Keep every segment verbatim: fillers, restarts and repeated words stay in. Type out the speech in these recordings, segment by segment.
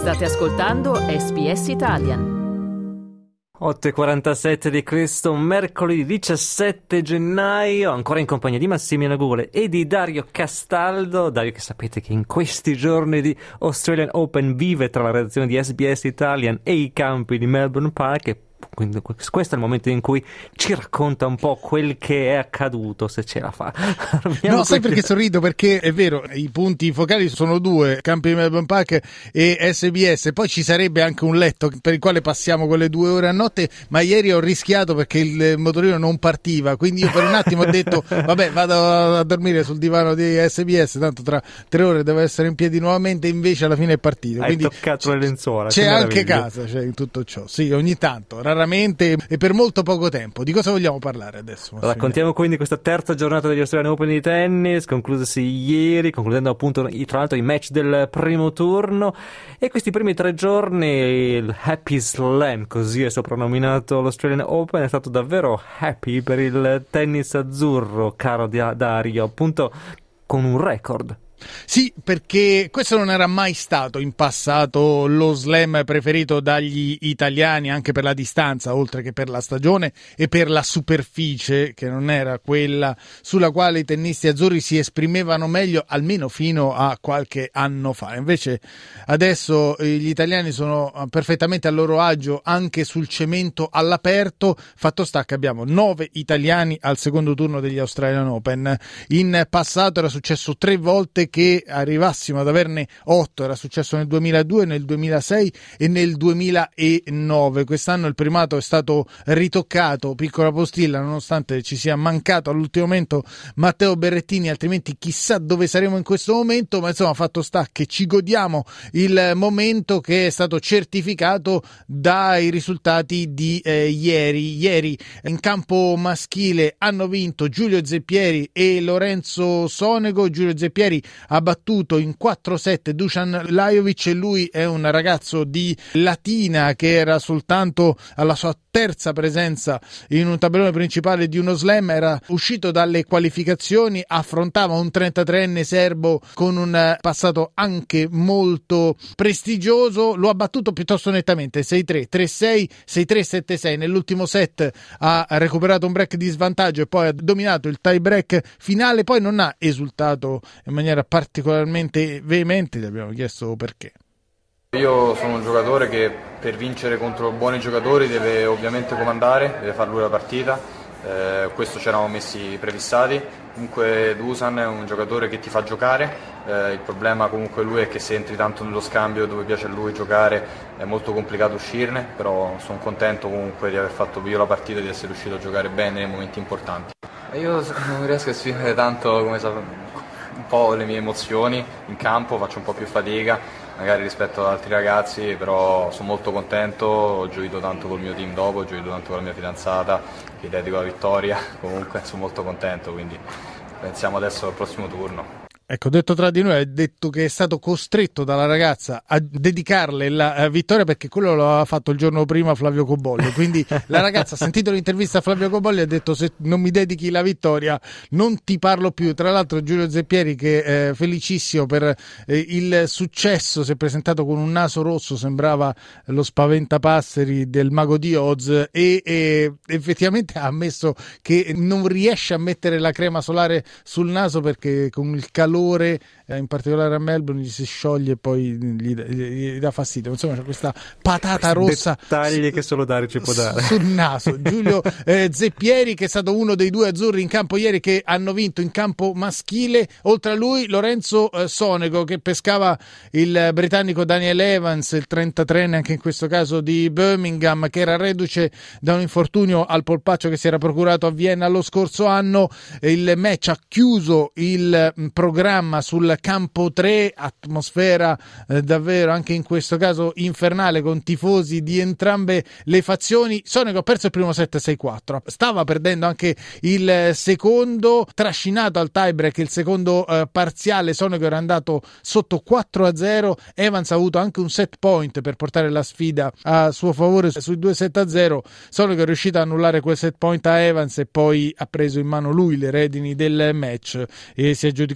State ascoltando S B S Italian. otto e quarantasette di questo mercoledì diciassette gennaio, ancora in compagnia di Massimiliano Gugole e di Dario Castaldo. Dario, che sapete che in questi giorni di Australian Open vive tra la redazione di S B S Italian e i campi di Melbourne Park, e quindi questo è il momento in cui ci racconta un po' quel che è accaduto, se ce la fa. No, sai perché sorrido? Perché è vero, i punti focali sono due, campi di Melbourne Park e S B S, poi ci sarebbe anche un letto per il quale passiamo quelle due ore a notte, ma ieri ho rischiato perché il motorino non partiva, quindi io per un attimo ho detto vabbè, vado a dormire sul divano di S B S, tanto tra tre ore devo essere in piedi nuovamente, invece alla fine è partito. Hai quindi toccato le lenzuola. C'è anche casa, cioè, in tutto ciò, sì, ogni tanto, raramente e per molto poco tempo. Di cosa vogliamo parlare adesso? Raccontiamo quindi questa terza giornata degli Australian Open di tennis, conclusasi ieri, concludendo appunto tra l'altro i match del primo turno, e questi primi tre giorni il Happy Slam, così è soprannominato l'Australian Open, è stato davvero happy per il tennis azzurro, caro Dario, appunto con un record. Sì, perché questo non era mai stato in passato lo slam preferito dagli italiani, anche per la distanza, oltre che per la stagione e per la superficie, che non era quella sulla quale i tennisti azzurri si esprimevano meglio, almeno fino a qualche anno fa. Invece adesso gli italiani sono perfettamente a loro agio anche sul cemento all'aperto. Fatto sta che abbiamo nove italiani al secondo turno degli Australian Open. In passato era successo tre volte che arrivassimo ad averne otto, era successo nel duemiladue, nel duemilasei e nel duemilanove. Quest'anno il primato è stato ritoccato, piccola postilla, nonostante ci sia mancato all'ultimo momento Matteo Berrettini, altrimenti chissà dove saremo in questo momento, ma insomma fatto sta che ci godiamo il momento che è stato certificato dai risultati di eh, ieri. Ieri in campo maschile hanno vinto Giulio Zeppieri e Lorenzo Sonego. Giulio Zeppieri ha battuto in quattro set Dusan Lajovic, e lui è un ragazzo di Latina che era soltanto alla sua terza presenza in un tabellone principale di uno slam, era uscito dalle qualificazioni, affrontava un trentatreenne serbo con un passato anche molto prestigioso, lo ha battuto piuttosto nettamente, sei tre, tre sei, sei tre, sette sei. Nell'ultimo set ha recuperato un break di svantaggio e poi ha dominato il tie break finale, poi non ha esultato in maniera particolarmente veemente, gli abbiamo chiesto perché. Io sono un giocatore che per vincere contro buoni giocatori deve ovviamente comandare, deve far lui la partita, eh, questo ci eravamo messi prefissati. Comunque Dusan è un giocatore che ti fa giocare, eh, il problema comunque lui è che se entri tanto nello scambio dove piace a lui giocare è molto complicato uscirne, però sono contento comunque di aver fatto io la partita e di essere riuscito a giocare bene nei momenti importanti. Io non riesco a esprimere tanto come sapete un po' le mie emozioni in campo, faccio un po' più fatica magari rispetto ad altri ragazzi, però sono molto contento, ho gioito tanto col mio team dopo, ho gioito tanto con la mia fidanzata, che dedico la vittoria, comunque sono molto contento, quindi pensiamo adesso al prossimo turno. Ecco, detto tra di noi, ha detto che è stato costretto dalla ragazza a dedicarle la vittoria perché quello lo aveva fatto il giorno prima Flavio Cobolli, quindi la ragazza ha sentito l'intervista a Flavio Cobolli e ha detto se non mi dedichi la vittoria non ti parlo più. Tra l'altro Giulio Zeppieri, che è felicissimo per eh, il successo, si è presentato con un naso rosso, sembrava lo spaventapasseri del Mago di Oz, e, e effettivamente ha ammesso che non riesce a mettere la crema solare sul naso perché con il calore, in particolare a Melbourne, gli si scioglie e poi gli, gli, gli dà fastidio. Insomma c'è questa patata rossa, dettagli che solo Dario ci può dare sul naso. Giulio eh, Zeppieri, che è stato uno dei due azzurri in campo ieri che hanno vinto in campo maschile. Oltre a lui Lorenzo eh, Sonego, che pescava il britannico Daniel Evans, il trentatreenne anche in questo caso di Birmingham, che era reduce da un infortunio al polpaccio che si era procurato a Vienna lo scorso anno. Il match ha chiuso il mh, programma sul campo tre, atmosfera eh, davvero anche in questo caso infernale, con tifosi di entrambe le fazioni. Sonego ha perso il primo set sei quattro, stava perdendo anche il secondo, trascinato al tiebreak il secondo eh, parziale. Sonego era andato sotto quattro a zero, Evans ha avuto anche un set point per portare la sfida a suo favore sui due set a zero. Sonego è riuscito a annullare quel set point a Evans e poi ha preso in mano lui le redini del match e si è aggiudicato gli ultimi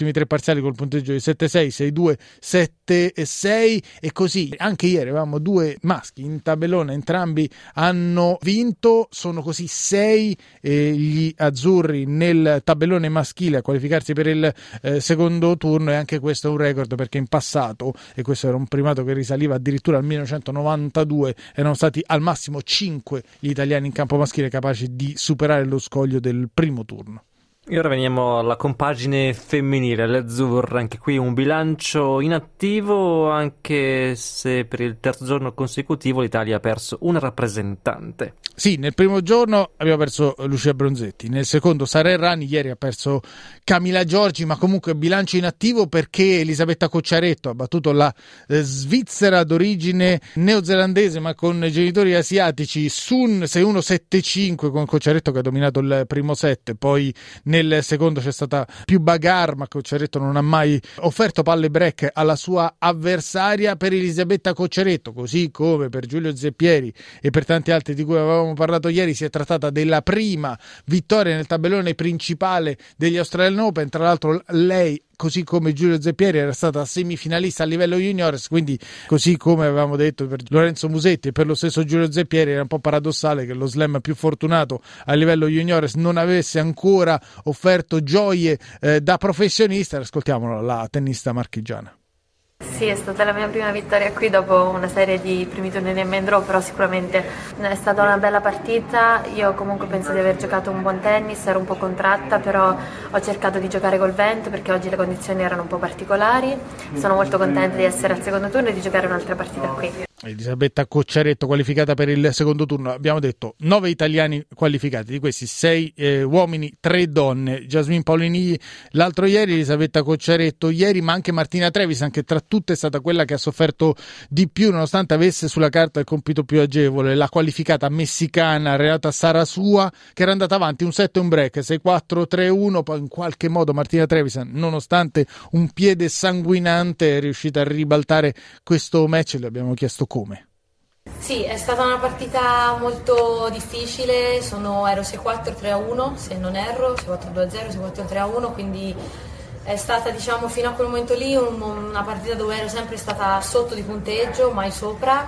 ultimi tre parziali col punteggio di sette sei, sei due, sette sei, e così anche ieri avevamo due maschi in tabellone, entrambi hanno vinto, sono così sei eh, gli azzurri nel tabellone maschile a qualificarsi per il eh, secondo turno, e anche questo è un record perché in passato, e questo era un primato che risaliva addirittura al millenovecentonovantadue, erano stati al massimo cinque gli italiani in campo maschile capaci di superare lo scoglio del primo turno. E ora veniamo alla compagine femminile, le azzurre, anche qui un bilancio inattivo, anche se per il terzo giorno consecutivo l'Italia ha perso una rappresentante. Sì, nel primo giorno abbiamo perso Lucia Bronzetti, nel secondo Sara Errani, ieri ha perso Camila Giorgi, ma comunque bilancio inattivo perché Elisabetta Cocciaretto ha battuto la eh, svizzera d'origine neozelandese ma con genitori asiatici Sun sei uno sette cinque, con Cocciaretto che ha dominato il primo set, poi nel secondo c'è stata più bagarre, ma Cocciaretto non ha mai offerto palle break alla sua avversaria. Per Elisabetta Cocciaretto, così come per Giulio Zeppieri e per tanti altri di cui avevamo parlato ieri, si è trattata della prima vittoria nel tabellone principale degli Australian Open. Tra l'altro lei, così come Giulio Zeppieri, era stata semifinalista a livello juniores, quindi così come avevamo detto per Lorenzo Musetti e per lo stesso Giulio Zeppieri, era un po' paradossale che lo slam più fortunato a livello juniores non avesse ancora offerto gioie eh, da professionista. Ascoltiamolo, la tennista marchigiana. Sì, è stata la mia prima vittoria qui dopo una serie di primi tornei in main draw, però sicuramente è stata una bella partita. Io comunque penso di aver giocato un buon tennis, ero un po' contratta, però ho cercato di giocare col vento perché oggi le condizioni erano un po' particolari. Sono molto contenta di essere al secondo turno e di giocare un'altra partita qui. Elisabetta Cocciaretto qualificata per il secondo turno. Abbiamo detto nove italiani qualificati, di questi sei eh, uomini, tre donne. Jasmine Paolini l'altro ieri, Elisabetta Cocciaretto ieri, ma anche Martina Trevisan, che tra tutte è stata quella che ha sofferto di più nonostante avesse sulla carta il compito più agevole. La qualificata messicana Renata Sarasua, che era andata avanti un set e un break, sei quattro tre uno, poi in qualche modo Martina Trevisan, nonostante un piede sanguinante, è riuscita a ribaltare questo match. Le abbiamo chiesto come. Sì, è stata una partita molto difficile, sono, ero sei quattro tre uno se non erro, sei quattro due zero, sei quattro tre uno, quindi è stata, diciamo, fino a quel momento lì un, una partita dove ero sempre stata sotto di punteggio, mai sopra.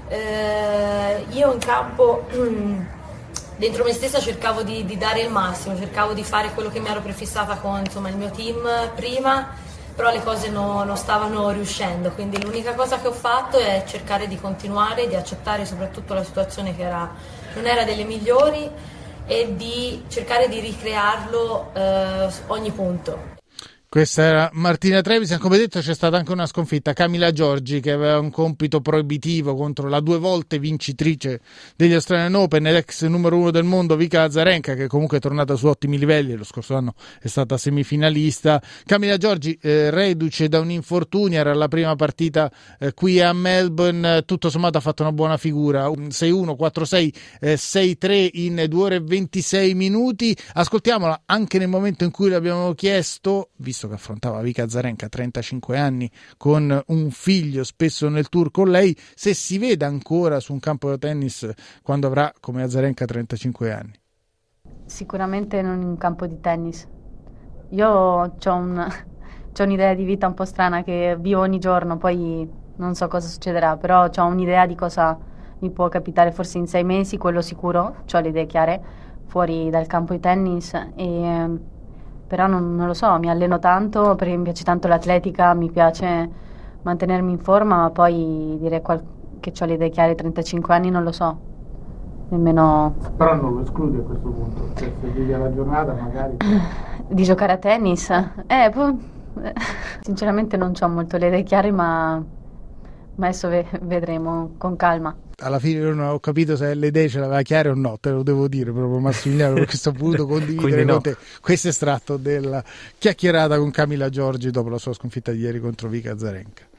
Eh, io in campo dentro me stessa cercavo di, di dare il massimo, cercavo di fare quello che mi ero prefissata con, insomma, il mio team prima, però le cose no, non stavano riuscendo, quindi l'unica cosa che ho fatto è cercare di continuare, di accettare soprattutto la situazione che era, non era delle migliori, e di cercare di ricrearlo eh, ogni punto. Questa era Martina Trevisan. Come detto, c'è stata anche una sconfitta, Camila Giorgi, che aveva un compito proibitivo contro la due volte vincitrice degli Australian Open e l'ex numero uno del mondo Vika Azarenka, che comunque è tornata su ottimi livelli, lo scorso anno è stata semifinalista. Camila Giorgi eh, reduce da un infortunio, era la prima partita eh, qui a Melbourne, tutto sommato ha fatto una buona figura, sei uno, quattro sei, eh, sei tre in due ore e ventisei minuti. Ascoltiamola anche nel momento in cui l'abbiamo chiesto, visto che affrontava Vika Azarenka, trentacinque anni, con un figlio spesso nel tour con lei, se si vede ancora su un campo da tennis quando avrà come Azarenka trentacinque anni. Sicuramente non in un campo di tennis. Io ho un, un'idea di vita un po' strana che vivo ogni giorno, poi non so cosa succederà, però ho un'idea di cosa mi può capitare forse in sei mesi, quello sicuro, ho le idee chiare, fuori dal campo di tennis, e però non, non lo so, mi alleno tanto perché mi piace tanto l'atletica, mi piace mantenermi in forma, ma poi dire qual- che ho le idee chiare, trentacinque anni, non lo so, nemmeno... Però non lo escludi a questo punto, cioè, se vivi alla giornata magari... Di giocare a tennis? Eh, po- sinceramente non ho molto le idee chiare, ma, ma adesso ve- vedremo con calma. Alla fine non ho capito se le idee ce l'aveva chiare o no, te lo devo dire proprio, Massimiliano, perché sto voluto condividere no. con te questo estratto della chiacchierata con Camila Giorgi dopo la sua sconfitta di ieri contro Vika Azarenka.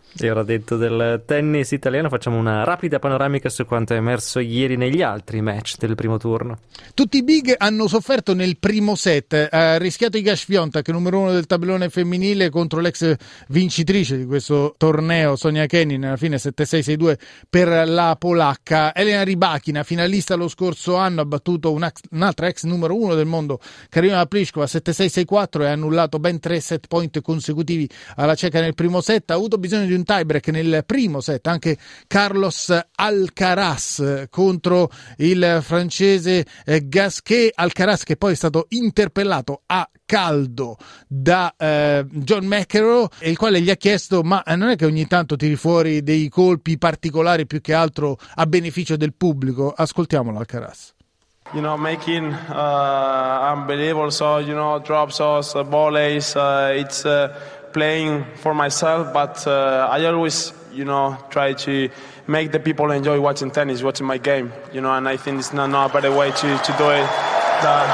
E ora detto del tennis italiano, facciamo una rapida panoramica su quanto è emerso ieri negli altri match del primo turno. Tutti i big hanno sofferto nel primo set. Ha rischiato Iga Świątek, numero uno del tabellone femminile, contro l'ex vincitrice di questo torneo, Sonia Kenin, alla fine sette sei sei due per la polacca. Elena Rybakina, finalista lo scorso anno, ha battuto un'altra ex numero uno del mondo, Karolina Pliskova, sette sei sei quattro, e ha annullato ben tre set point consecutivi alla ceca nel primo set. Ha avuto bisogno di un tiebreak nel primo set anche Carlos Alcaraz contro il francese Gasquet. Alcaraz che poi è stato interpellato a caldo da eh, John McEnroe, il quale gli ha chiesto: ma non è che ogni tanto tiri fuori dei colpi particolari più che altro a beneficio del pubblico? Ascoltiamolo Alcaraz. You know, making uh, unbelievable, so you know, drop shots, uh, volleys, uh, it's uh, playing for myself, but uh, I always, you know, try to make the people enjoy watching tennis, watching my game, you know, and I think it's not, not a better way to, to do it than,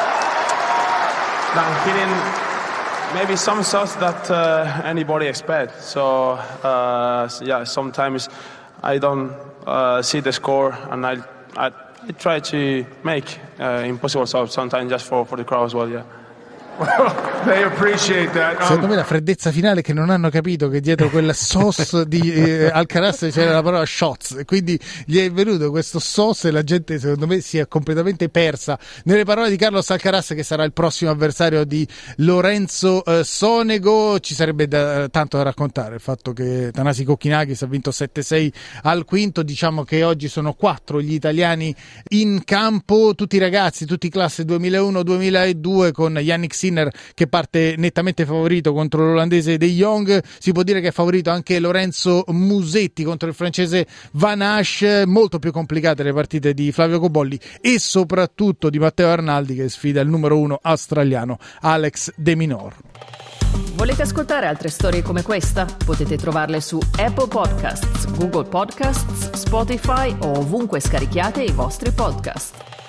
than hitting maybe some shots that uh, anybody expects. So, uh, yeah, sometimes I don't uh, see the score, and I, I, I try to make uh, impossible shots sometimes just for, for the crowd as well, yeah. They appreciate that. Um... Secondo me la freddezza finale, che non hanno capito che dietro quel sauce di eh, Alcaraz c'era la parola shots, e quindi gli è venuto questo sauce e la gente secondo me si è completamente persa nelle parole di Carlos Alcaraz, che sarà il prossimo avversario di Lorenzo eh, Sonego. Ci sarebbe da, tanto da raccontare, il fatto che Thanasi Kokkinakis ha vinto sette sei al quinto. Diciamo che oggi sono quattro gli italiani in campo, tutti i ragazzi, tutti classe duemilauno duemiladue, con Yannick Sinner che parte nettamente favorito contro l'olandese De Jong. Si può dire che è favorito anche Lorenzo Musetti contro il francese Van Asch. Molto più complicate le partite di Flavio Cobolli e soprattutto di Matteo Arnaldi, che sfida il numero uno australiano Alex De Minaur. Volete ascoltare altre storie come questa? Potete trovarle su Apple Podcasts, Google Podcasts, Spotify o ovunque scarichiate i vostri podcast.